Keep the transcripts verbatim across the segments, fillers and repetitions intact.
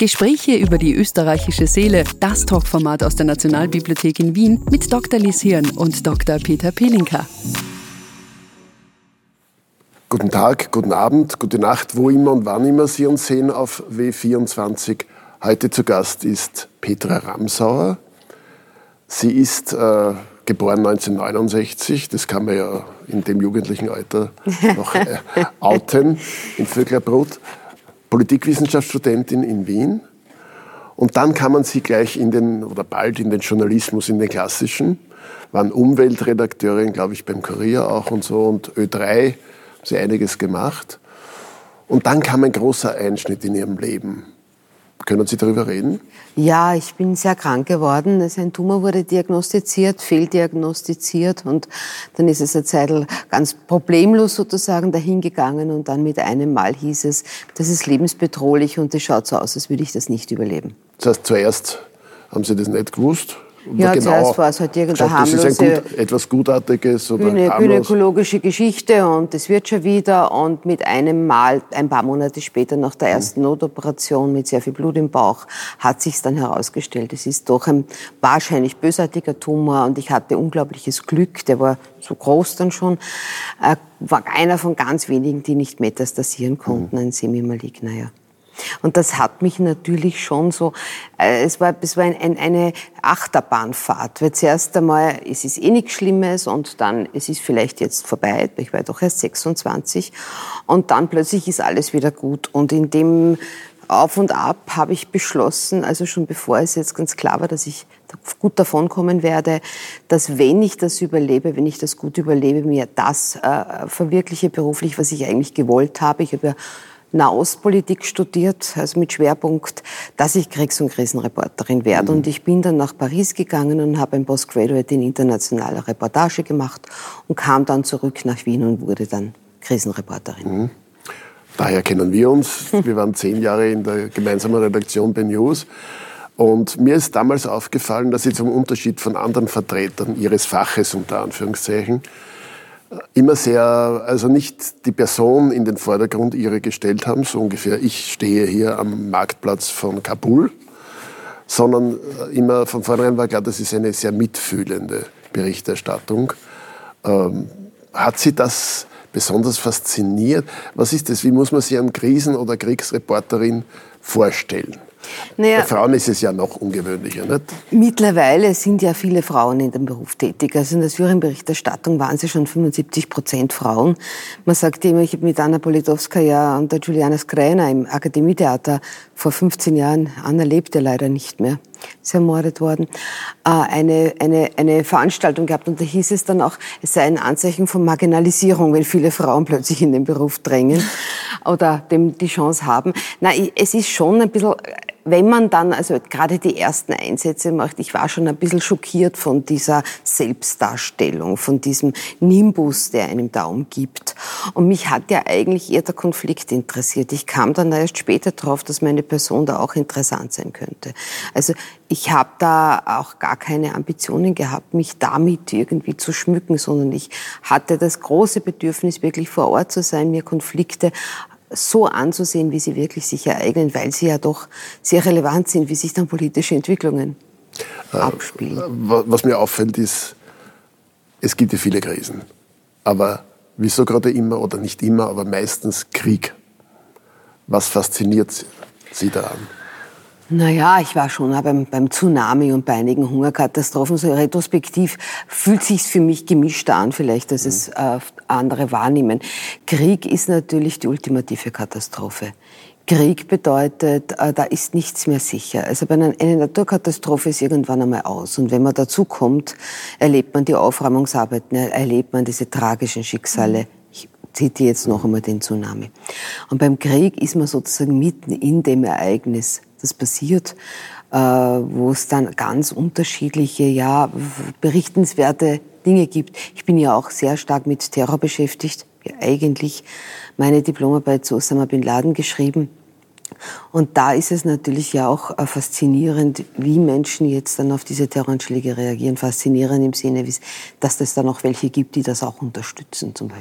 Gespräche über die österreichische Seele, das Talkformat aus der Nationalbibliothek in Wien mit Doktor Lies Hirn und Doktor Peter Pelinka. Guten Tag, guten Abend, gute Nacht, wo immer und wann immer Sie uns sehen auf W vierundzwanzig. Heute zu Gast ist Petra Ramsauer. Sie ist äh, geboren neunzehnhundertneunundsechzig, das kann man ja in dem jugendlichen Alter noch äh, outen, in Vöcklerbrot. Politikwissenschaftsstudentin in Wien. Und dann kam man sie gleich in den, oder bald in den Journalismus, in den klassischen, waren Umweltredakteurin, glaube ich, beim Kurier auch und so, und Ö drei, haben sie einiges gemacht. Und dann kam ein großer Einschnitt in ihrem Leben. Können Sie darüber reden? Ja, ich bin sehr krank geworden. Also ein Tumor wurde diagnostiziert, fehldiagnostiziert, und dann ist es eine Zeit ganz problemlos sozusagen dahingegangen, und dann mit einem Mal hieß es, das ist lebensbedrohlich und es schaut so aus, als würde ich das nicht überleben. Das heißt, zuerst haben Sie das nicht gewusst? Ja, genau, zuerst war es halt irgendeine harmlose, das ist ein gut, etwas Gutartiges oder Gyne, harmlos. gynäkologische Geschichte, und das wird schon wieder, und mit einem Mal, ein paar Monate später, nach der ersten mhm. Notoperation mit sehr viel Blut im Bauch, hat sich's dann herausgestellt, es ist doch ein wahrscheinlich bösartiger Tumor, und ich hatte unglaubliches Glück, der war so groß dann schon, äh, war einer von ganz wenigen, die nicht metastasieren konnten, mhm. ein Semimaligner, ja. Und das hat mich natürlich schon so, äh, es war, es war ein, ein, eine Achterbahnfahrt, weil zuerst einmal, es ist eh nichts Schlimmes, und dann, es ist vielleicht jetzt vorbei, ich war doch erst sechsundzwanzig, und dann plötzlich ist alles wieder gut, und in dem Auf und Ab habe ich beschlossen, also schon bevor es jetzt ganz klar war, dass ich gut davonkommen werde, dass wenn ich das überlebe, wenn ich das gut überlebe, mir das äh, verwirkliche beruflich, was ich eigentlich gewollt habe. Ich habe ja Nahostpolitik studiert, also mit Schwerpunkt, dass ich Kriegs- und Krisenreporterin werde. Mhm. Und ich bin dann nach Paris gegangen und habe ein Postgraduate in internationaler Reportage gemacht und kam dann zurück nach Wien und wurde dann Krisenreporterin. Mhm. Daher kennen wir uns. Wir waren zehn Jahre in der gemeinsamen Redaktion bei News. Und mir ist damals aufgefallen, dass Sie zum Unterschied von anderen Vertretern Ihres Faches, unter Anführungszeichen, immer sehr, also nicht die Person in den Vordergrund ihre gestellt haben, so ungefähr, ich stehe hier am Marktplatz von Kabul, sondern immer von vornherein war klar, das ist eine sehr mitfühlende Berichterstattung. Ähm, hat Sie das besonders fasziniert? Was ist das? Wie muss man sich eine Krisen- oder Kriegsreporterin vorstellen? Naja, bei Frauen ist es ja noch ungewöhnlicher, nicht? Mittlerweile sind ja viele Frauen in dem Beruf tätig. Also in der Syrien-Berichterstattung waren sie schon fünfundsiebzig Prozent Frauen. Man sagt immer, ich habe mit Anna Politowskaja und der Juliana Skrajina im Akademietheater vor fünfzehn Jahren, Anna lebt ja leider nicht mehr, ist ermordet worden, eine, eine, eine Veranstaltung gehabt. Und da hieß es dann auch, es sei ein Anzeichen von Marginalisierung, wenn viele Frauen plötzlich in den Beruf drängen oder dem die Chance haben. Na, es ist schon ein bisschen, wenn man dann, also gerade die ersten Einsätze macht, ich war schon ein bisschen schockiert von dieser Selbstdarstellung, von diesem Nimbus, der einem da umgibt. Und mich hat ja eigentlich eher der Konflikt interessiert. Ich kam dann erst später drauf, dass meine Person da auch interessant sein könnte. Also ich habe da auch gar keine Ambitionen gehabt, mich damit irgendwie zu schmücken, sondern ich hatte das große Bedürfnis, wirklich vor Ort zu sein, mir Konflikte so anzusehen, wie sie wirklich sich ereignen, weil sie ja doch sehr relevant sind, wie sich dann politische Entwicklungen äh, abspielen. Was mir auffällt ist, es gibt ja viele Krisen, aber wieso gerade immer, oder nicht immer, aber meistens Krieg. Was fasziniert Sie daran? Naja, ich war schon beim, beim Tsunami und bei einigen Hungerkatastrophen. So retrospektiv fühlt sich's für mich gemischter an, vielleicht, als es äh, andere wahrnehmen. Krieg ist natürlich die ultimative Katastrophe. Krieg bedeutet, äh, da ist nichts mehr sicher. Also bei einer, eine Naturkatastrophe ist irgendwann einmal aus. Und wenn man dazu kommt, erlebt man die Aufräumungsarbeiten, erlebt man diese tragischen Schicksale. Ich zitiere jetzt noch einmal den Tsunami. Und beim Krieg ist man sozusagen mitten in dem Ereignis, das passiert, äh, wo es dann ganz unterschiedliche, ja, berichtenswerte Dinge gibt. Ich bin ja auch sehr stark mit Terror beschäftigt. Ich habe eigentlich meine Diplomarbeit zu Osama Bin Laden geschrieben. Und da ist es natürlich ja auch äh, faszinierend, wie Menschen jetzt dann auf diese Terroranschläge reagieren. Faszinierend im Sinne, dass es dann auch welche gibt, die das auch unterstützen, zum Beispiel.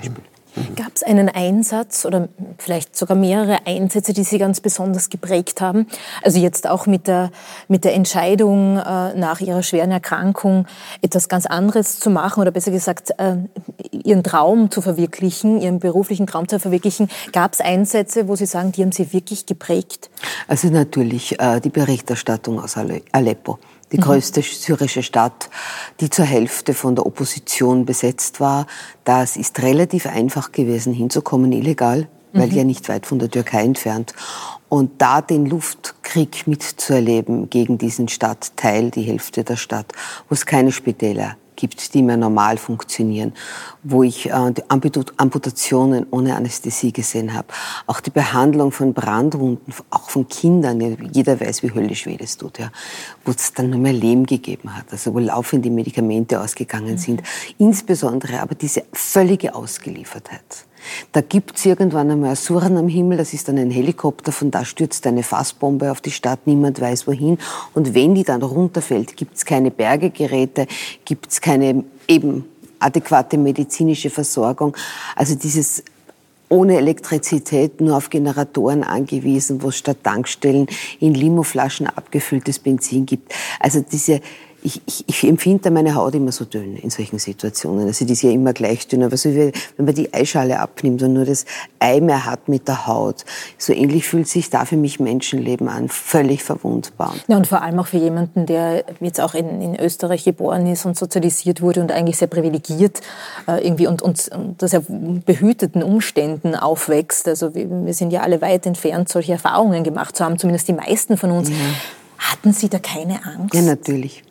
Gab es einen Einsatz oder vielleicht sogar mehrere Einsätze, die Sie ganz besonders geprägt haben? Also jetzt auch mit der, mit der Entscheidung, äh, nach Ihrer schweren Erkrankung etwas ganz anderes zu machen oder besser gesagt, äh, Ihren Traum zu verwirklichen, Ihren beruflichen Traum zu verwirklichen. Gab es Einsätze, wo Sie sagen, die haben Sie wirklich geprägt? Also natürlich äh, die Berichterstattung aus Aleppo. Die größte syrische Stadt, die zur Hälfte von der Opposition besetzt war. Das ist relativ einfach gewesen, hinzukommen, illegal, weil mhm. ja nicht weit von der Türkei entfernt. Und da den Luftkrieg mitzuerleben gegen diesen Stadtteil, die Hälfte der Stadt, wo es keine Spitäler gibt, die mehr normal funktionieren, wo ich äh, die Amputationen ohne Anästhesie gesehen habe. Auch die Behandlung von Brandwunden, auch von Kindern, jeder weiß, wie höllisch weh das tut, ja, wo es dann nur mehr Lehm gegeben hat, also wo laufend die Medikamente ausgegangen sind. Insbesondere aber diese völlige Ausgeliefertheit. Da gibt's irgendwann einmal Surren am Himmel, das ist dann ein Helikopter, von da stürzt eine Fassbombe auf die Stadt, niemand weiß wohin. Und wenn die dann runterfällt, gibt's keine Bergegeräte, gibt's keine eben adäquate medizinische Versorgung. Also dieses ohne Elektrizität, nur auf Generatoren angewiesen, wo es statt Tankstellen in Limoflaschen abgefülltes Benzin gibt. Also diese Ich, ich, ich empfinde meine Haut immer so dünn in solchen Situationen. Also die ist ja immer gleich dünn. Aber so wie wenn man die Eischale abnimmt und nur das Ei mehr hat mit der Haut, so ähnlich fühlt sich da für mich Menschenleben an. Völlig verwundbar. Ja, und vor allem auch für jemanden, der jetzt auch in, in Österreich geboren ist und sozialisiert wurde und eigentlich sehr privilegiert äh, irgendwie und, und, und sehr behüteten Umständen aufwächst. Also wir, wir sind ja alle weit entfernt, solche Erfahrungen gemacht zu haben, zumindest die meisten von uns. Ja. Hatten Sie da keine Angst? Ja, natürlich.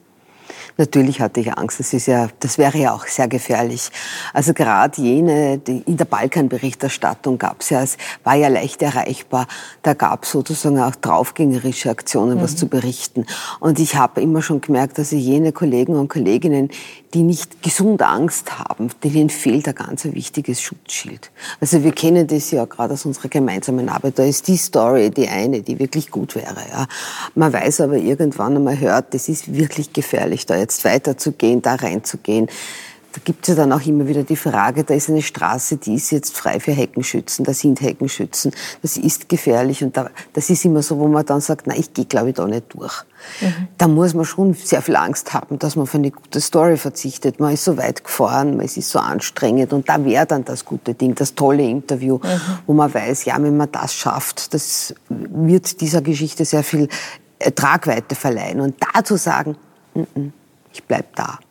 Natürlich hatte ich Angst. Das ist ja, das wäre ja auch sehr gefährlich. Also gerade jene, die in der Balkanberichterstattung gab es ja, es war ja leicht erreichbar. Da gab es sozusagen auch draufgängerische Aktionen, mhm. was zu berichten. Und ich habe immer schon gemerkt, dass jene Kollegen und Kolleginnen, die nicht gesund Angst haben, denen fehlt ein ganz wichtiges Schutzschild. Also wir kennen das ja gerade aus unserer gemeinsamen Arbeit. Da ist die Story die eine, die wirklich gut wäre. Ja. Man weiß aber irgendwann einmal hört, das ist wirklich gefährlich, da jetzt weiterzugehen, da reinzugehen. Da gibt es ja dann auch immer wieder die Frage, da ist eine Straße, die ist jetzt frei für Heckenschützen, da sind Heckenschützen, das ist gefährlich und da, das ist immer so, wo man dann sagt, na, ich gehe glaube ich da nicht durch. Mhm. Da muss man schon sehr viel Angst haben, dass man auf eine gute Story verzichtet. Man ist so weit gefahren, es ist so anstrengend und da wäre dann das gute Ding, das tolle Interview, mhm. wo man weiß, ja, wenn man das schafft, das wird dieser Geschichte sehr viel Tragweite verleihen. Und da zu sagen, n-n, ich bleib da.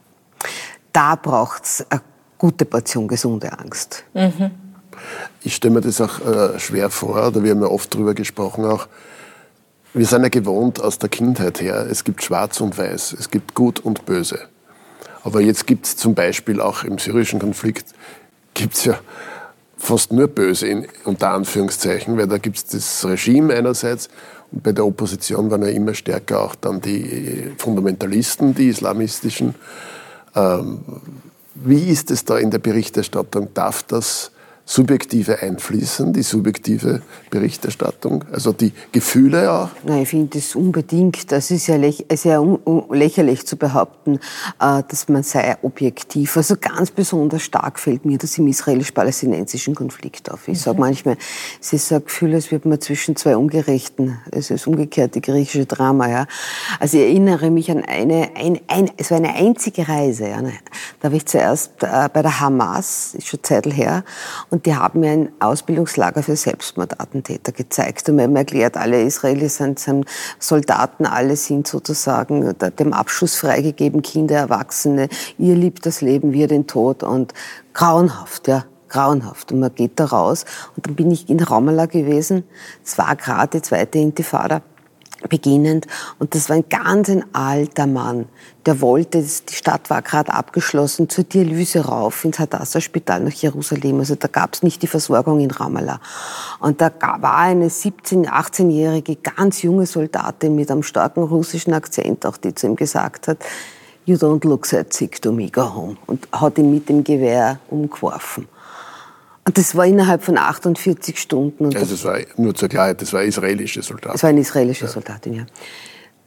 Da braucht's eine gute Portion gesunde Angst. Mhm. Ich stelle mir das auch äh, schwer vor, oder wir haben ja oft drüber gesprochen auch, wir sind ja gewohnt aus der Kindheit her, es gibt Schwarz und Weiß, es gibt Gut und Böse. Aber jetzt gibt es zum Beispiel auch im syrischen Konflikt, gibt es ja fast nur Böse, in, unter Anführungszeichen, weil da gibt es das Regime einerseits und bei der Opposition waren ja immer stärker auch dann die Fundamentalisten, die islamistischen. Ähm, wie ist es da in der Berichterstattung? Darf das Subjektive einfließen, die subjektive Berichterstattung, also die Gefühle auch? Nein, ich finde das unbedingt. Das ist ja läch- sehr un- un- lächerlich zu behaupten, äh, dass man sei objektiv. Also ganz besonders stark fällt mir das im israelisch-palästinensischen Konflikt auf. Ich mhm. sage manchmal, es ist so ein Gefühl, als würde man zwischen zwei Ungerechten, es ist umgekehrt die griechische Drama, ja. Also ich erinnere mich an eine, ein, ein, es war eine einzige Reise, ja. Da habe ich zuerst äh, bei der Hamas, ist schon Zeitl her, und die haben mir ein Ausbildungslager für Selbstmordattentäter gezeigt. Und mir haben erklärt, alle Israelis sind, sind Soldaten, alle sind sozusagen dem Abschuss freigegeben, Kinder, Erwachsene. Ihr liebt das Leben, wir den Tod. Und grauenhaft, ja, grauenhaft. Und man geht da raus. Und dann bin ich in Ramallah gewesen. Es war gerade die zweite Intifada beginnend. Und das war ein ganz ein alter Mann, der wollte, die Stadt war gerade abgeschlossen, zur Dialyse rauf ins Hadassah-Spital nach Jerusalem. Also da gab es nicht die Versorgung in Ramallah. Und da war eine siebzehn-, achtzehnjährige, ganz junge Soldatin mit einem starken russischen Akzent, auch die zu ihm gesagt hat, "You don't look that sick to me, go home." Und hat ihn mit dem Gewehr umgeworfen. Und das war innerhalb von achtundvierzig Stunden. Und also es war nur zur Klarheit, das war eine israelische Soldatin. Es war eine israelische ja. Soldatin, ja.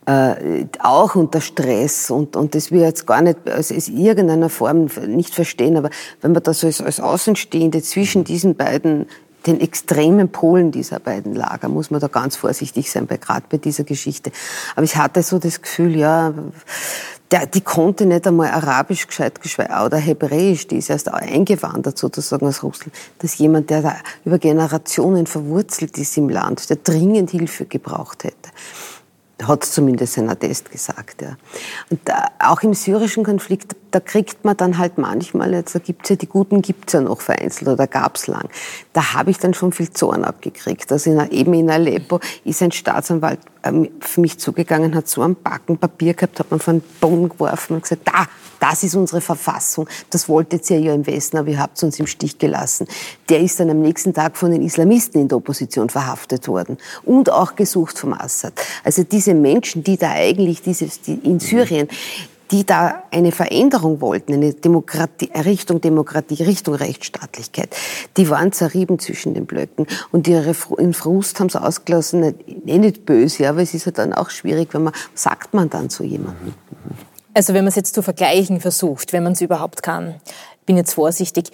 Äh, auch unter Stress und, und das will ich jetzt gar nicht also in irgendeiner Form nicht verstehen, aber wenn man da so als, als Außenstehende zwischen diesen beiden, den extremen Polen dieser beiden Lager, muss man da ganz vorsichtig sein, bei, gerade bei dieser Geschichte. Aber ich hatte so das Gefühl, ja, der, die konnte nicht einmal Arabisch gescheit, geschweige oder Hebräisch, die ist erst eingewandert sozusagen aus Russland, dass jemand, der da über Generationen verwurzelt ist im Land, der dringend Hilfe gebraucht hätte. Hat zumindest ein Attest gesagt. Ja. Und da, auch im syrischen Konflikt, da kriegt man dann halt manchmal, jetzt, da gibt's ja die Guten, gibt's ja noch vereinzelt oder gab's lang. Da habe ich dann schon viel Zorn abgekriegt. Also in, eben in Aleppo ist ein Staatsanwalt ähm, für mich zugegangen, hat so einen Backen Papier gehabt, hat man von den Boden geworfen und gesagt, da, das ist unsere Verfassung, das wolltet ihr ja im Westen, aber ihr habt uns im Stich gelassen. Der ist dann am nächsten Tag von den Islamisten in der Opposition verhaftet worden und auch gesucht vom Assad. Also diese Menschen, die da eigentlich dieses, die in Syrien, die da eine Veränderung wollten, eine Demokratie, Richtung Demokratie, Richtung Rechtsstaatlichkeit, die waren zerrieben zwischen den Blöcken und ihre in Frust haben sie ausgelassen, nicht, nicht böse, aber es ist ja dann auch schwierig, wenn man, sagt man dann zu jemandem. Also wenn man es jetzt zu vergleichen versucht, wenn man es überhaupt kann, bin jetzt vorsichtig,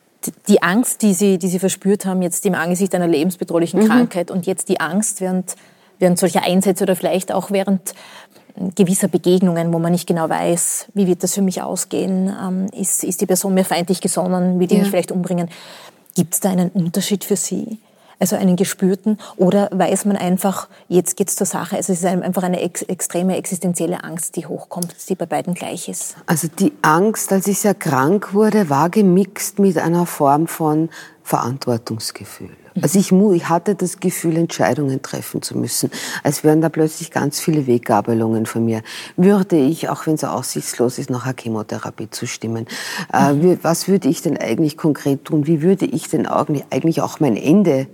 die Angst, die Sie, die Sie verspürt haben, jetzt im Angesicht einer lebensbedrohlichen mhm. Krankheit und jetzt die Angst während, während solcher Einsätze oder vielleicht auch während gewisser Begegnungen, wo man nicht genau weiß, wie wird das für mich ausgehen, ähm, ist, ist die Person mir feindlich gesonnen, will die ja. mich vielleicht umbringen. Gibt es da einen Unterschied für Sie? Also einen gespürten? Oder weiß man einfach, jetzt geht's zur Sache? Also es ist einfach eine ex- extreme existenzielle Angst, die hochkommt, die bei beiden gleich ist. Also die Angst, als ich sehr krank wurde, war gemixt mit einer Form von Verantwortungsgefühl. Also ich, ich hatte das Gefühl, Entscheidungen treffen zu müssen. Als wären da plötzlich ganz viele Weggabelungen von mir. Würde ich, auch wenn es aussichtslos ist, noch einer Chemotherapie zustimmen? Mhm. Äh, was würde ich denn eigentlich konkret tun? Wie würde ich denn eigentlich auch mein Ende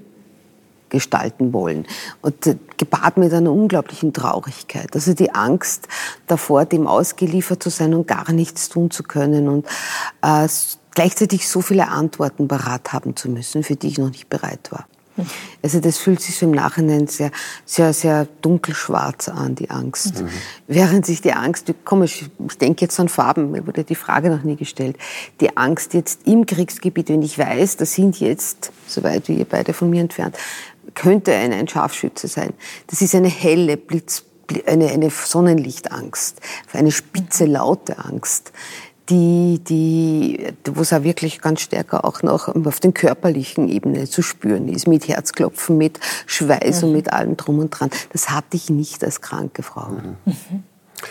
gestalten wollen? Und äh, gepaart mit einer unglaublichen Traurigkeit. Also die Angst davor, dem ausgeliefert zu sein und gar nichts tun zu können und äh, gleichzeitig so viele Antworten parat haben zu müssen, für die ich noch nicht bereit war. Also das fühlt sich so im Nachhinein sehr, sehr, sehr dunkelschwarz an, die Angst. Mhm. Während sich die Angst, komisch, ich denke jetzt an Farben, mir wurde die Frage noch nie gestellt, die Angst jetzt im Kriegsgebiet, wenn ich weiß, das sind jetzt, so weit wie ihr beide von mir entfernt, könnte ein, ein Scharfschütze sein. Das ist eine helle Blitz, eine, eine Sonnenlichtangst, eine spitze, laute Angst, die, die, wo es auch wirklich ganz stärker auch noch auf den körperlichen Ebene zu spüren ist, mit Herzklopfen, mit Schweiß mhm. und mit allem drum und dran. Das hatte ich nicht als kranke Frau. Mhm. Mhm.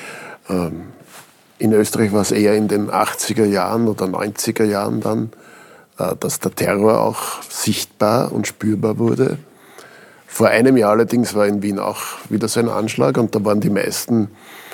Ähm, in Österreich war es eher in den achtziger Jahren oder neunziger Jahren dann, äh, dass der Terror auch sichtbar und spürbar wurde. Vor einem Jahr allerdings war in Wien auch wieder so ein Anschlag und da waren die meisten,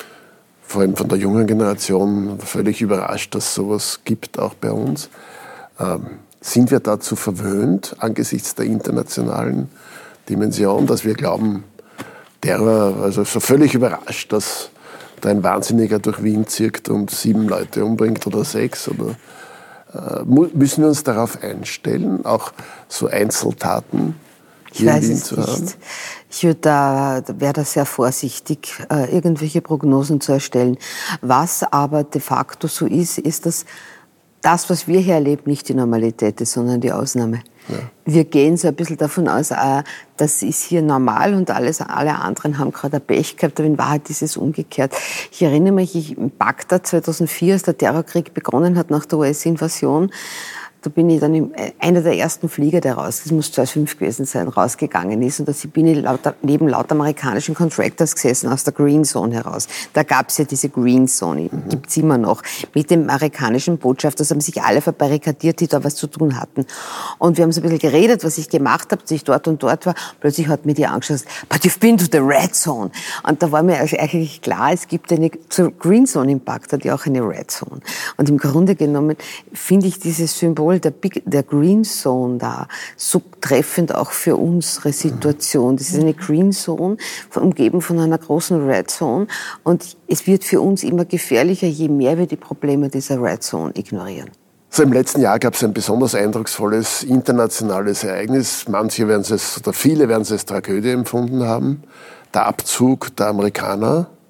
vor allem von der jungen Generation, völlig überrascht, dass es sowas gibt, auch bei uns. Ähm, sind wir dazu verwöhnt, angesichts der internationalen Dimension, dass wir glauben, Terror, also so völlig überrascht, dass da ein Wahnsinniger durch Wien zirkt und sieben Leute umbringt oder sechs? Oder, äh, müssen wir uns darauf einstellen, auch so Einzeltaten hier in Wien zu haben? Nicht. Ich würde da, wäre da sehr vorsichtig, äh, irgendwelche Prognosen zu erstellen. Was aber de facto so ist, ist, dass das, was wir hier erleben, nicht die Normalität ist, sondern die Ausnahme. Ja. Wir gehen so ein bisschen davon aus, äh, das ist hier normal und alles, alle anderen haben gerade ein Pech gehabt, aber in Wahrheit ist es umgekehrt. Ich erinnere mich, ich, in Bagdad zweitausendvier, als der Terrorkrieg begonnen hat nach der U S-Invasion, da bin ich dann in einer der ersten Flieger, der raus, das muss zweitausendfünf gewesen sein, rausgegangen ist. Und da bin ich lauter, neben lauter amerikanischen Contractors gesessen, aus der Green Zone heraus. Da gab es ja diese Green Zone, mhm. gibt's immer noch, mit dem amerikanischen Botschafter. Das haben sich alle verbarrikadiert, die da was zu tun hatten. Und wir haben so ein bisschen geredet, was ich gemacht habe, als ich dort und dort war. Plötzlich hat mir die angeschaut, but you've been to the Red Zone. Und da war mir eigentlich klar, es gibt eine zur Green Zone im Bagdad ja auch eine Red Zone. Und im Grunde genommen finde ich dieses Symbol Der, Big, der Green Zone da so treffend auch für unsere Situation. Das ist eine Green Zone, umgeben von einer großen Red Zone. Und es wird für uns immer gefährlicher, je mehr wir die Probleme dieser Red Zone ignorieren. So im letzten Jahr gab es ein besonders eindrucksvolles internationales Ereignis. Manche werden es, oder viele werden es als Tragödie empfunden haben. Der Abzug der Amerikaner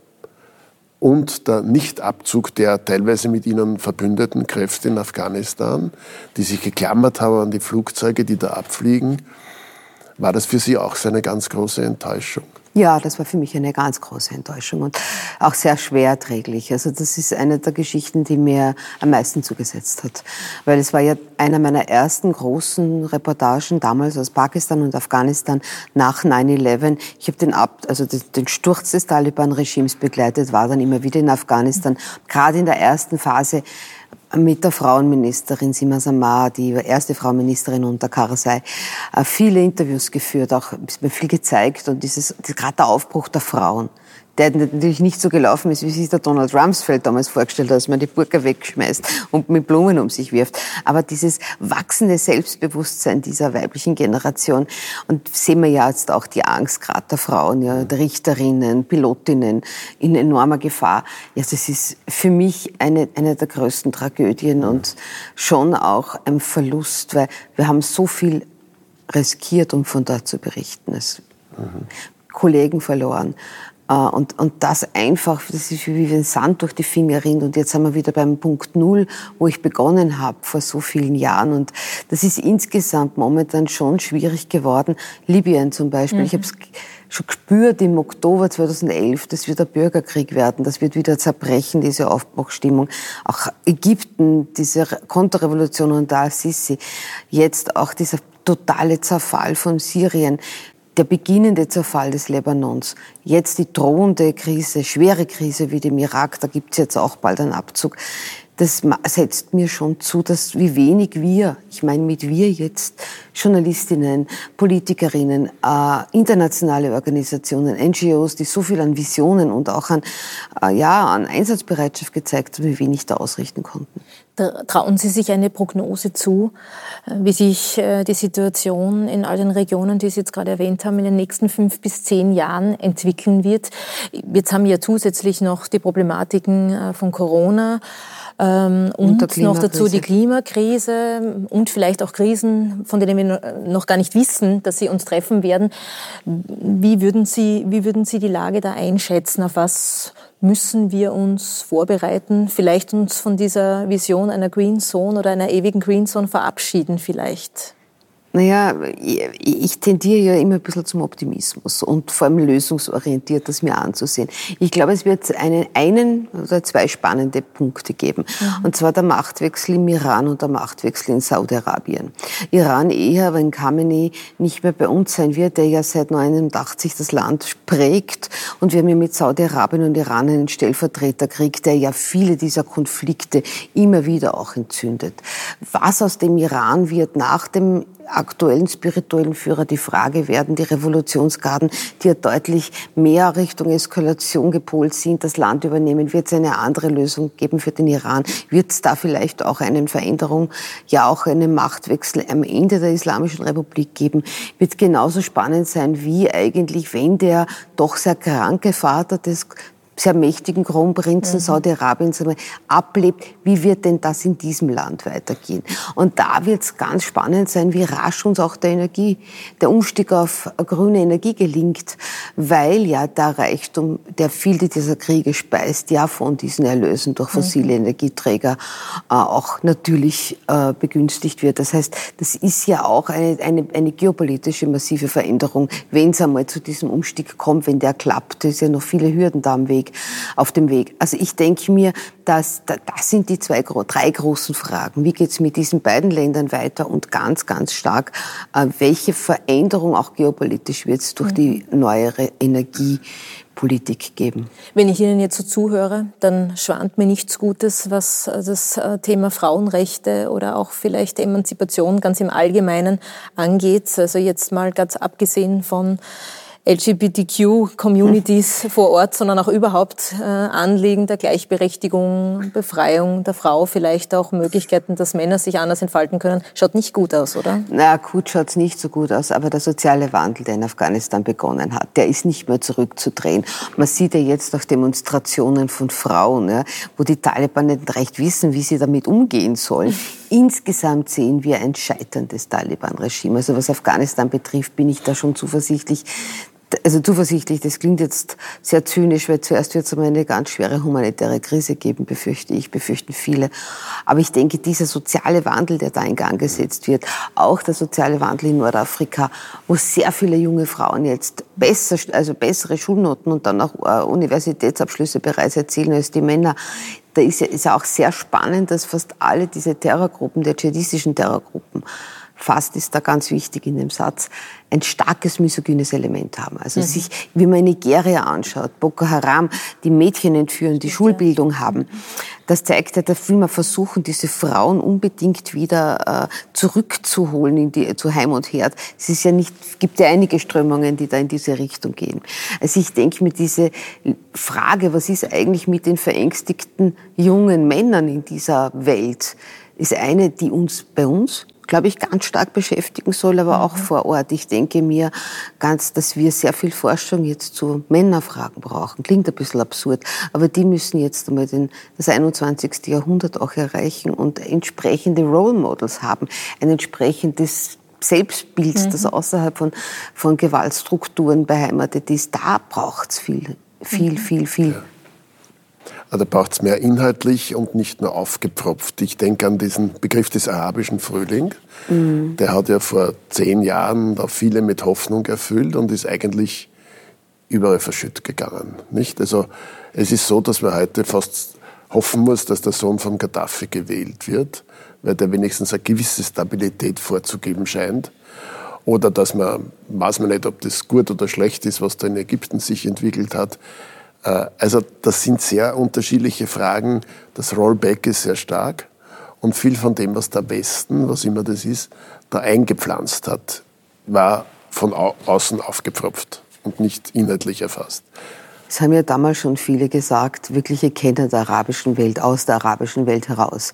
und der Nichtabzug der teilweise mit ihnen verbündeten Kräfte in Afghanistan, die sich geklammert haben an die Flugzeuge, die da abfliegen, war das für Sie auch so eine ganz große Enttäuschung? Ja, das war für mich eine ganz große Enttäuschung und auch sehr schwer erträglich. Also das ist eine der Geschichten, die mir am meisten zugesetzt hat. Weil es war ja einer meiner ersten großen Reportagen damals aus Pakistan und Afghanistan nach neun elf. Ich habe den, Ab also den Sturz des Taliban-Regimes begleitet, war dann immer wieder in Afghanistan. Gerade in der ersten Phase mit der Frauenministerin Sima Samar, die erste Frauenministerin unter Karzai, viele Interviews geführt, auch mir viel gezeigt und dieses, gerade der Aufbruch der Frauen, der natürlich nicht so gelaufen ist, wie sich der Donald Rumsfeld damals vorgestellt hat, dass man die Burka wegschmeißt und mit Blumen um sich wirft. Aber dieses wachsende Selbstbewusstsein dieser weiblichen Generation, und sehen wir ja jetzt auch die Angst gerade der Frauen, ja, der Richterinnen, Pilotinnen in enormer Gefahr. Ja, das ist für mich eine, eine der größten Tragödien und schon auch ein Verlust, weil wir haben so viel riskiert, um von dort zu berichten. Es, mhm. Kollegen verloren. Und, und das einfach, das ist wie wenn Sand durch die Finger rinnt. Und jetzt sind wir wieder beim Punkt Null, wo ich begonnen habe vor so vielen Jahren. Und das ist insgesamt momentan schon schwierig geworden. Libyen zum Beispiel. Mhm. Ich habe es schon gespürt im Oktober zweitausendelf, das wird ein Bürgerkrieg werden. Das wird wieder zerbrechen, diese Aufbruchstimmung. Auch Ägypten, diese Konterrevolution unter Al-Sisi. Jetzt auch dieser totale Zerfall von Syrien. Der beginnende Zerfall des Libanons, jetzt die drohende Krise, schwere Krise wie dem Irak, da gibt es jetzt auch bald einen Abzug. Das setzt mir schon zu, dass wie wenig wir, ich meine mit wir jetzt, Journalistinnen, Politikerinnen, äh, internationale Organisationen, N G Os, die so viel an Visionen und auch an, äh, ja, an Einsatzbereitschaft gezeigt haben, wie wenig da ausrichten konnten. Trauen Sie sich eine Prognose zu, wie sich die Situation in all den Regionen, die Sie jetzt gerade erwähnt haben, in den nächsten fünf bis zehn Jahren entwickeln wird? Jetzt haben wir ja zusätzlich noch die Problematiken von Corona ähm, und, und noch dazu die Klimakrise und vielleicht auch Krisen, von denen wir noch gar nicht wissen, dass sie uns treffen werden. Wie würden Sie, wie würden Sie die Lage da einschätzen? Auf was müssen wir uns vorbereiten, vielleicht uns von dieser Vision einer Green Zone oder einer ewigen Green Zone verabschieden vielleicht? Naja, ich tendiere ja immer ein bisschen zum Optimismus und vor allem lösungsorientiert das mir anzusehen. Ich glaube, es wird einen, einen oder zwei spannende Punkte geben. Mhm. Und zwar der Machtwechsel im Iran und der Machtwechsel in Saudi-Arabien. Iran eher, wenn Khamenei nicht mehr bei uns sein wird, der ja seit neunundachtzig das Land prägt. Und wir haben ja mit Saudi-Arabien und Iran einen Stellvertreterkrieg, der ja viele dieser Konflikte immer wieder auch entzündet. Was aus dem Iran wird nach dem aktuellen spirituellen Führer die Frage, werden die Revolutionsgarden, die ja deutlich mehr Richtung Eskalation gepolt sind, das Land übernehmen? Wird es eine andere Lösung geben für den Iran? Wird es da vielleicht auch eine Veränderung, ja auch einen Machtwechsel am Ende der Islamischen Republik geben? Wird genauso spannend sein, wie eigentlich, wenn der doch sehr kranke Vater des sehr mächtigen Kronprinzen mhm. Saudi-Arabiens ablebt, wie wird denn das in diesem Land weitergehen? Und da wird es ganz spannend sein, wie rasch uns auch der Energie, der Umstieg auf grüne Energie gelingt, weil ja der Reichtum, der viele dieser Kriege speist, ja von diesen Erlösen durch fossile mhm. Energieträger äh, auch natürlich äh, begünstigt wird. Das heißt, das ist ja auch eine, eine, eine geopolitische massive Veränderung, wenn es einmal zu diesem Umstieg kommt, wenn der klappt. Es sind ja noch viele Hürden da am Weg. auf dem Weg. Also ich denke mir, dass das sind die zwei, drei großen Fragen. Wie geht es mit diesen beiden Ländern weiter? Und ganz, ganz stark, welche Veränderung auch geopolitisch wird es durch die neuere Energiepolitik geben? Wenn ich Ihnen jetzt so zuhöre, dann schwant mir nichts Gutes, was das Thema Frauenrechte oder auch vielleicht Emanzipation ganz im Allgemeinen angeht. Also jetzt mal ganz abgesehen von L G B T Q-Communities vor Ort, sondern auch überhaupt äh, Anliegen der Gleichberechtigung, Befreiung der Frau, vielleicht auch Möglichkeiten, dass Männer sich anders entfalten können. Schaut nicht gut aus, oder? Na, gut schaut's nicht so gut aus, aber der soziale Wandel, der in Afghanistan begonnen hat, der ist nicht mehr zurückzudrehen. Man sieht ja jetzt auch Demonstrationen von Frauen, ja, wo die Taliban nicht recht wissen, wie sie damit umgehen sollen. Insgesamt sehen wir ein Scheitern des Taliban-Regimes. Also was Afghanistan betrifft, bin ich da schon zuversichtlich. Also zuversichtlich, das klingt jetzt sehr zynisch, weil zuerst wird es einmal eine ganz schwere humanitäre Krise geben, befürchte ich, befürchten viele. Aber ich denke, dieser soziale Wandel, der da in Gang gesetzt wird, auch der soziale Wandel in Nordafrika, wo sehr viele junge Frauen jetzt besser, also bessere Schulnoten und dann auch äh, Universitätsabschlüsse bereits erzielen als die Männer, da ist ja, ist ja auch sehr spannend, dass fast alle diese Terrorgruppen, der dschihadistischen Terrorgruppen, fast ist da ganz wichtig in dem Satz, ein starkes misogynes Element haben. Also mhm. sich, wie man in Nigeria anschaut, Boko Haram, die Mädchen entführen, die ja. Schulbildung haben. Das zeigt ja, da will man versuchen, diese Frauen unbedingt wieder äh, zurückzuholen in die, zu Heim und Herd. Es ist ja nicht, gibt ja einige Strömungen, die da in diese Richtung gehen. Also ich denke mir diese Frage, was ist eigentlich mit den verängstigten jungen Männern in dieser Welt, ist eine, die uns bei uns glaube ich, ganz stark beschäftigen soll, aber auch vor Ort. Ich denke mir ganz, dass wir sehr viel Forschung jetzt zu Männerfragen brauchen. Klingt ein bisschen absurd, aber die müssen jetzt einmal den, das einundzwanzigste Jahrhundert auch erreichen und entsprechende Role Models haben, ein entsprechendes Selbstbild, mhm. das außerhalb von, von Gewaltstrukturen beheimatet ist. Da braucht's viel, viel, mhm. viel, viel. Ja. Da braucht es mehr inhaltlich und nicht nur aufgepfropft. Ich denke an diesen Begriff des arabischen Frühling. Mhm. Der hat ja vor zehn Jahren da viele mit Hoffnung erfüllt und ist eigentlich überall verschütt gegangen. Nicht? Also es ist so, dass man heute fast hoffen muss, dass der Sohn von Gaddafi gewählt wird, weil der wenigstens eine gewisse Stabilität vorzugeben scheint. Oder dass man, weiß man nicht, ob das gut oder schlecht ist, was da in Ägypten sich entwickelt hat. Also das sind sehr unterschiedliche Fragen. Das Rollback ist sehr stark und viel von dem, was der Westen, was immer das ist, da eingepflanzt hat, war von au- außen aufgepfropft und nicht inhaltlich erfasst. Es haben ja damals schon viele gesagt, wirkliche Kenner der arabischen Welt, aus der arabischen Welt heraus.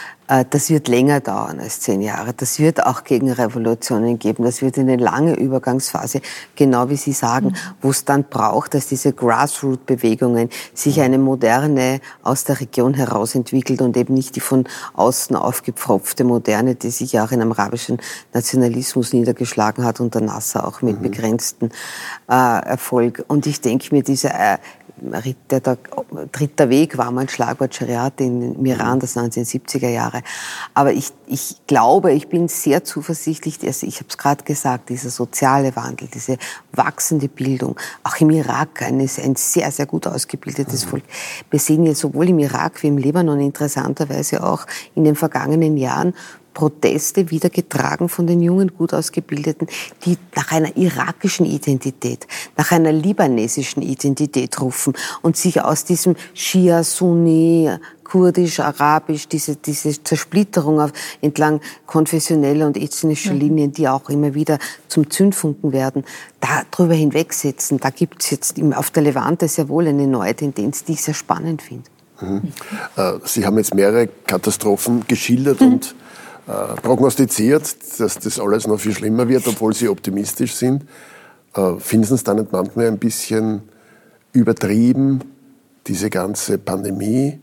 Das wird länger dauern als zehn Jahre. Das wird auch Gegenrevolutionen geben. Das wird eine lange Übergangsphase, genau wie Sie sagen, mhm. wo es dann braucht, dass diese Grassroot-Bewegungen sich eine moderne aus der Region heraus entwickelt und eben nicht die von außen aufgepfropfte Moderne, die sich ja auch in einem arabischen Nationalismus niedergeschlagen hat, unter Nasser auch mit mhm. begrenztem äh, Erfolg. Und ich denke mir, diese äh, Der, der dritter Weg war mal ein Schlagwort Schariat im Iran, das neunzehnhundertsiebziger Jahre. Aber ich, ich glaube, ich bin sehr zuversichtlich, also ich habe es gerade gesagt, dieser soziale Wandel, diese wachsende Bildung, auch im Irak ein, ein sehr, sehr gut ausgebildetes mhm. Volk. Wir sehen jetzt sowohl im Irak wie im Libanon interessanterweise auch in den vergangenen Jahren Proteste wieder getragen von den jungen, gut ausgebildeten, die nach einer irakischen Identität, nach einer libanesischen Identität rufen und sich aus diesem Schia, Sunni, Kurdisch, Arabisch, diese, diese Zersplitterung auf, entlang konfessioneller und ethnischer Linien, die auch immer wieder zum Zündfunken werden, da drüber hinwegsetzen. Da gibt es jetzt auf der Levante sehr wohl eine neue Tendenz, die ich sehr spannend finde. Mhm. Sie haben jetzt mehrere Katastrophen geschildert mhm. und Äh, prognostiziert, dass das alles noch viel schlimmer wird, obwohl Sie optimistisch sind. Äh, finden Sie es dann nicht manchmal ein bisschen übertrieben, diese ganze Pandemie,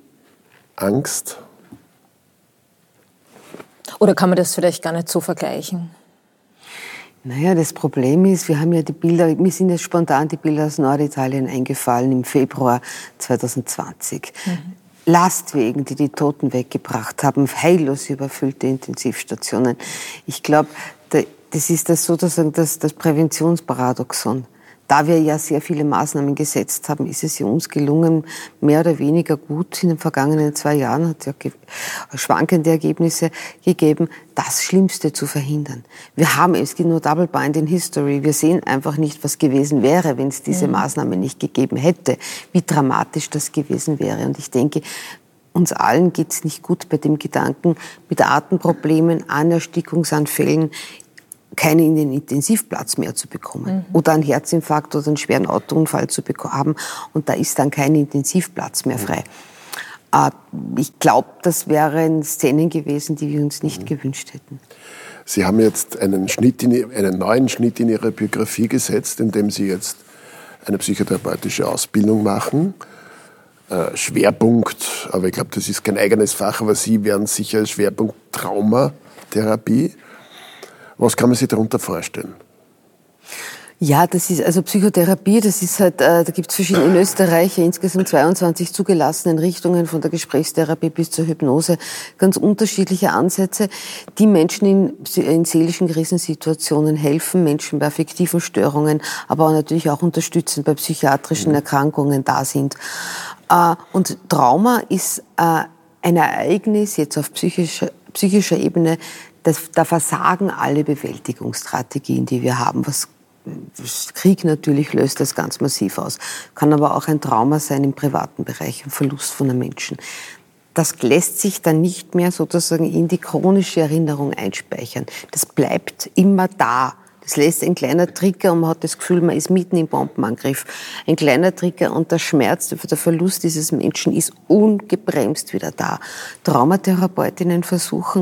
Angst? Oder kann man das vielleicht gar nicht so vergleichen? Naja, das Problem ist, wir haben ja die Bilder, mir sind jetzt spontan die Bilder aus Norditalien eingefallen im Februar zweitausendzwanzig. Mhm. Lastwagen, die die Toten weggebracht haben, heillos überfüllte Intensivstationen. Ich glaube, das ist das sozusagen das, das Präventionsparadoxon. Da wir ja sehr viele Maßnahmen gesetzt haben, ist es ja uns gelungen, mehr oder weniger gut in den vergangenen zwei Jahren, hat ja schwankende Ergebnisse gegeben, das Schlimmste zu verhindern. Wir haben, es gibt nur Double Bind in History, wir sehen einfach nicht, was gewesen wäre, wenn es diese mhm. Maßnahmen nicht gegeben hätte, wie dramatisch das gewesen wäre. Und ich denke, uns allen geht es nicht gut bei dem Gedanken, mit Atemproblemen, Anerstickungsanfällen, keinen in den Intensivplatz mehr zu bekommen. Mhm. Oder einen Herzinfarkt oder einen schweren Autounfall zu haben. Und da ist dann kein Intensivplatz mehr frei. Mhm. Ich glaube, das wären Szenen gewesen, die wir uns nicht mhm. gewünscht hätten. Sie haben jetzt einen, Schnitt in, einen neuen Schnitt in Ihre Biografie gesetzt, indem Sie jetzt eine psychotherapeutische Ausbildung machen. Äh, Schwerpunkt, aber ich glaube, das ist kein eigenes Fach, aber Sie werden sicher als Schwerpunkt Traumatherapie. Was kann man sich darunter vorstellen? Ja, das ist also Psychotherapie, das ist halt, äh, da gibt es verschiedene, in Österreich insgesamt zweiundzwanzig zugelassenen Richtungen, von der Gesprächstherapie bis zur Hypnose, ganz unterschiedliche Ansätze, die Menschen in, in seelischen Krisensituationen helfen, Menschen bei affektiven Störungen, aber auch natürlich auch unterstützend bei psychiatrischen Erkrankungen da sind. Äh, und Trauma ist äh, ein Ereignis jetzt auf psychischer, psychischer Ebene, das, da versagen alle Bewältigungsstrategien, die wir haben, was Krieg natürlich löst das ganz massiv aus, kann aber auch ein Trauma sein im privaten Bereich, ein Verlust von einem Menschen. Das lässt sich dann nicht mehr sozusagen in die chronische Erinnerung einspeichern. Das bleibt immer da. Das lässt ein kleiner Trigger und man hat das Gefühl, man ist mitten im Bombenangriff. Ein kleiner Trigger und der Schmerz, der Verlust dieses Menschen ist ungebremst wieder da. Traumatherapeutinnen versuchen,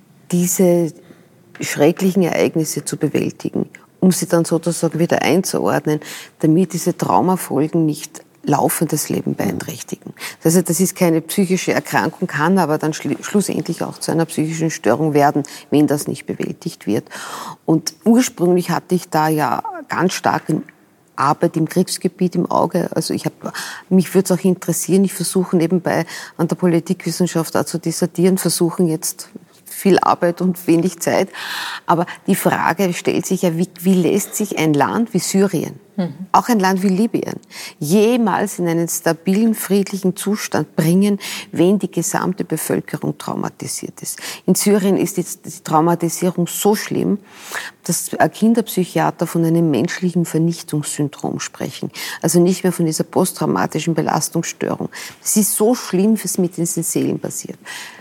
diese schrecklichen Ereignisse zu bewältigen, um sie dann sozusagen wieder einzuordnen, damit diese Traumafolgen nicht laufendes Leben beeinträchtigen. Also das ist keine psychische Erkrankung, kann aber dann schli- schlussendlich auch zu einer psychischen Störung werden, wenn das nicht bewältigt wird. Und ursprünglich hatte ich da ja ganz starke Arbeit im Kriegsgebiet im Auge. Also ich habe, mich würde es auch interessieren, ich versuche nebenbei an der Politikwissenschaft auch zu dissertieren, versuchen jetzt viel Arbeit und wenig Zeit. Aber die Frage stellt sich ja, wie, wie lässt sich ein Land wie Syrien, mhm. auch ein Land wie Libyen, jemals in einen stabilen, friedlichen Zustand bringen, wenn die gesamte Bevölkerung traumatisiert ist. In Syrien ist die, die Traumatisierung so schlimm, dass Kinderpsychiater von einem menschlichen Vernichtungssyndrom sprechen. Also nicht mehr von dieser posttraumatischen Belastungsstörung. Es ist so schlimm, was mit diesen Seelen passiert.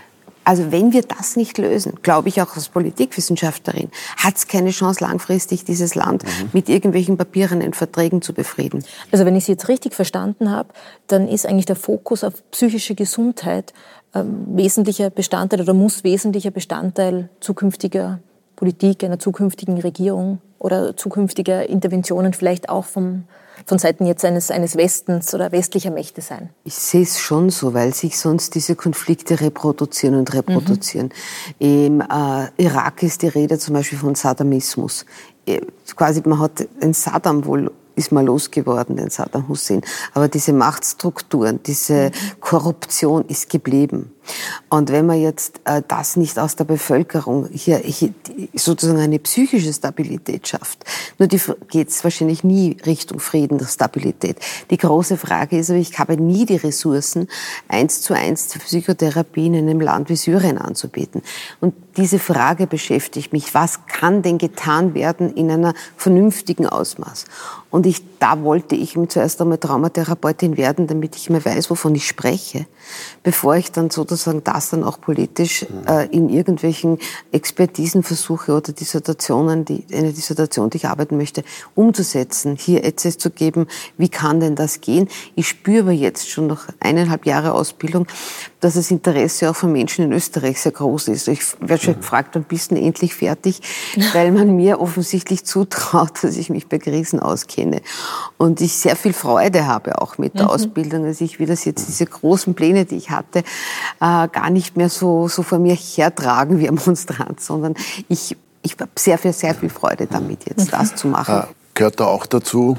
Also wenn wir das nicht lösen, glaube ich auch als Politikwissenschaftlerin, hat es keine Chance, langfristig dieses Land mhm. mit irgendwelchen Papieren und Verträgen zu befrieden. Also wenn ich Sie jetzt richtig verstanden habe, dann ist eigentlich der Fokus auf psychische Gesundheit ähm, wesentlicher Bestandteil oder muss wesentlicher Bestandteil zukünftiger Politik, einer zukünftigen Regierung oder zukünftiger Interventionen vielleicht auch vom von Seiten jetzt eines, eines Westens oder westlicher Mächte sein? Ich sehe es schon so, weil sich sonst diese Konflikte reproduzieren und reproduzieren. Mhm. Im äh, Irak ist die Rede zum Beispiel von Saddamismus. Äh, quasi, man hat den Saddam wohl ist mal losgeworden, den Saddam Hussein. Aber diese Machtstrukturen, diese mhm. Korruption ist geblieben. Und wenn man jetzt äh, das nicht aus der Bevölkerung hier, hier sozusagen eine psychische Stabilität schafft, nur die geht es wahrscheinlich nie Richtung Frieden, Stabilität. Die große Frage ist, aber ich habe nie die Ressourcen, eins zu eins Psychotherapie in einem Land wie Syrien anzubieten. Und diese Frage beschäftigt mich. Was kann denn getan werden in einer vernünftigen Ausmaß? Und ich, da wollte ich zuerst einmal Traumatherapeutin werden, damit ich mal weiß, wovon ich spreche, bevor ich dann sozusagen das dann auch politisch äh, in irgendwelchen Expertisen versuche oder Dissertationen, die, eine Dissertation, die ich arbeiten möchte, umzusetzen, hier Access zu geben. Wie kann denn das gehen? Ich spüre aber jetzt schon nach eineinhalb Jahre Ausbildung, dass das Interesse auch von Menschen in Österreich sehr groß ist. Ich werde schon gefragt, wann bist du endlich fertig? Weil man mir offensichtlich zutraut, dass ich mich bei Krisen auskenne. Und ich sehr viel Freude habe auch mit der mhm. Ausbildung. Also ich will das jetzt, diese großen Pläne, die ich hatte, äh, gar nicht mehr so, so vor mir hertragen wie ein Monstrant, sondern ich, ich habe sehr viel, sehr viel Freude damit, jetzt mhm. das zu machen. Äh, gehört da auch dazu,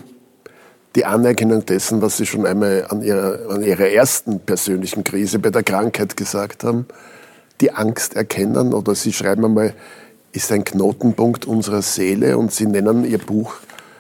die Anerkennung dessen, was Sie schon einmal an Ihrer, an Ihrer ersten persönlichen Krise bei der Krankheit gesagt haben, die Angst erkennen, oder Sie schreiben einmal, ist ein Knotenpunkt unserer Seele, und Sie nennen Ihr Buch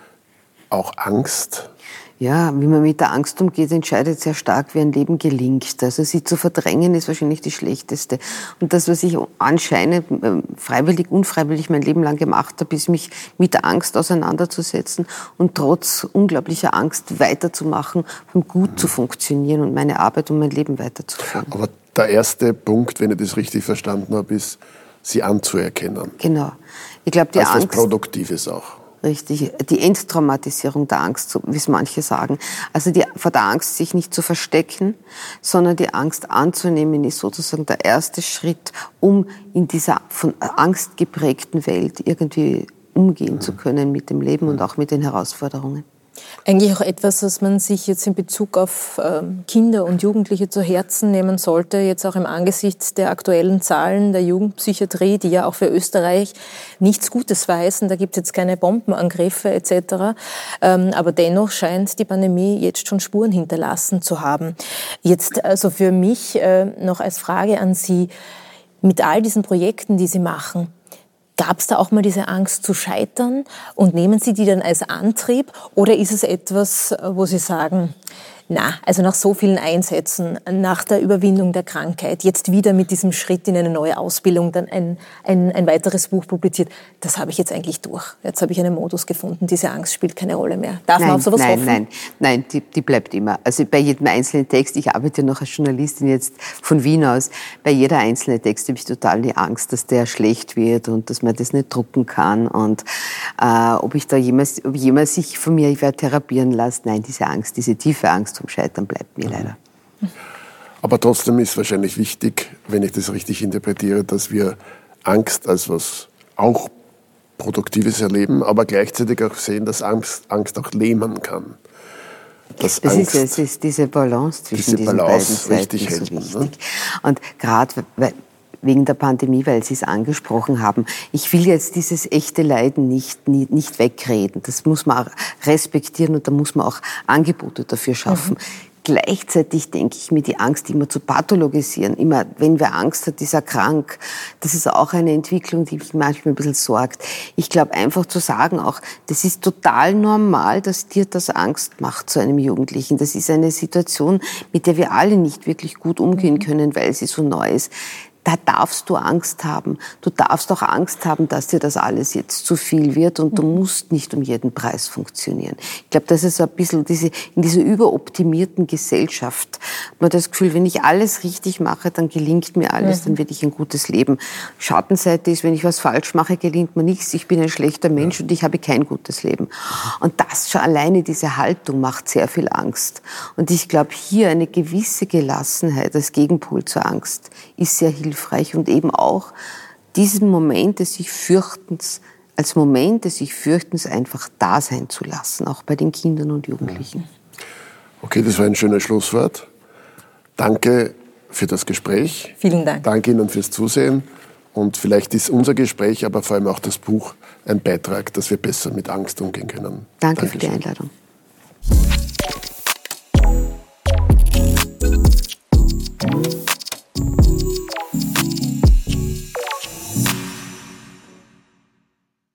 auch Angst. Ja, wie man mit der Angst umgeht, entscheidet sehr stark, wie ein Leben gelingt. Also sie zu verdrängen ist wahrscheinlich die schlechteste. Und das, was ich anscheinend freiwillig, unfreiwillig mein Leben lang gemacht habe, ist mich mit der Angst auseinanderzusetzen und trotz unglaublicher Angst weiterzumachen, um gut zu funktionieren und meine Arbeit und mein Leben weiterzuführen. Aber der erste Punkt, wenn ich das richtig verstanden habe, ist, sie anzuerkennen. Genau. Ich glaube, die als Angst. Was Produktives auch. Richtig, die Enttraumatisierung der Angst, wie es manche sagen. Also die, vor der Angst sich nicht zu verstecken, sondern die Angst anzunehmen, ist sozusagen der erste Schritt, um in dieser von Angst geprägten Welt irgendwie umgehen zu können mit dem Leben und auch mit den Herausforderungen. Eigentlich auch etwas, was man sich jetzt in Bezug auf ähm, Kinder und Jugendliche zu Herzen nehmen sollte, jetzt auch im Angesicht der aktuellen Zahlen der Jugendpsychiatrie, die ja auch für Österreich nichts Gutes verheißen. Da gibt es jetzt keine Bombenangriffe et cetera. Ähm, aber dennoch scheint die Pandemie jetzt schon Spuren hinterlassen zu haben. Jetzt also für mich äh, noch als Frage an Sie, mit all diesen Projekten, die Sie machen, gab es da auch mal diese Angst zu scheitern und nehmen Sie die dann als Antrieb oder ist es etwas, wo Sie sagen, na, also nach so vielen Einsätzen, nach der Überwindung der Krankheit, jetzt wieder mit diesem Schritt in eine neue Ausbildung, dann ein, ein, ein weiteres Buch publiziert, das habe ich jetzt eigentlich durch. Jetzt habe ich einen Modus gefunden, diese Angst spielt keine Rolle mehr. Darf nein, man auf sowas nein, hoffen? Nein, nein, die, die bleibt immer. Also bei jedem einzelnen Text, ich arbeite ja noch als Journalistin jetzt von Wien aus, bei jeder einzelnen Text habe ich total die Angst, dass der schlecht wird und dass man das nicht drucken kann und äh, ob ich da jemals, ob jemand sich von mir therapieren lässt. Nein, diese Angst, diese tiefe Angst vom Scheitern bleibt mir leider. Aber trotzdem ist wahrscheinlich wichtig, wenn ich das richtig interpretiere, dass wir Angst als was auch Produktives erleben, aber gleichzeitig auch sehen, dass Angst, Angst auch lähmen kann. Dass das Angst, ist, es ist diese Balance zwischen diese diesen Balance beiden richtig Seiten so hält, wichtig. ne? Und gerade wegen der Pandemie, weil Sie es angesprochen haben. Ich will jetzt dieses echte Leiden nicht, nicht, nicht wegreden. Das muss man auch respektieren und da muss man auch Angebote dafür schaffen. Mhm. Gleichzeitig denke ich mir, die Angst immer zu pathologisieren, immer, wenn wer Angst hat, ist er krank. Das ist auch eine Entwicklung, die mich manchmal ein bisschen sorgt. Ich glaube, einfach zu sagen auch, das ist total normal, dass dir das Angst macht zu einem Jugendlichen. Das ist eine Situation, mit der wir alle nicht wirklich gut umgehen können, weil sie so neu ist. Da darfst du Angst haben. Du darfst auch Angst haben, dass dir das alles jetzt zu viel wird und du musst nicht um jeden Preis funktionieren. Ich glaube, das ist so ein bisschen diese, in dieser überoptimierten Gesellschaft hat man das Gefühl, wenn ich alles richtig mache, dann gelingt mir alles, mhm. dann werde ich ein gutes Leben. Schattenseite ist, wenn ich was falsch mache, gelingt mir nichts. Ich bin ein schlechter Mensch ja. und ich habe kein gutes Leben. Und das schon alleine, diese Haltung macht sehr viel Angst. Und ich glaube, hier eine gewisse Gelassenheit als Gegenpol zur Angst ist sehr hilfreich. Hilfreich und eben auch diesen Moment des sich Fürchtens, als Moment des sich Fürchtens einfach da sein zu lassen, auch bei den Kindern und Jugendlichen. Okay, das war ein schönes Schlusswort. Danke für das Gespräch. Vielen Dank. Danke Ihnen fürs Zusehen. Und vielleicht ist unser Gespräch, aber vor allem auch das Buch ein Beitrag, dass wir besser mit Angst umgehen können. Danke Dankeschön. für die Einladung.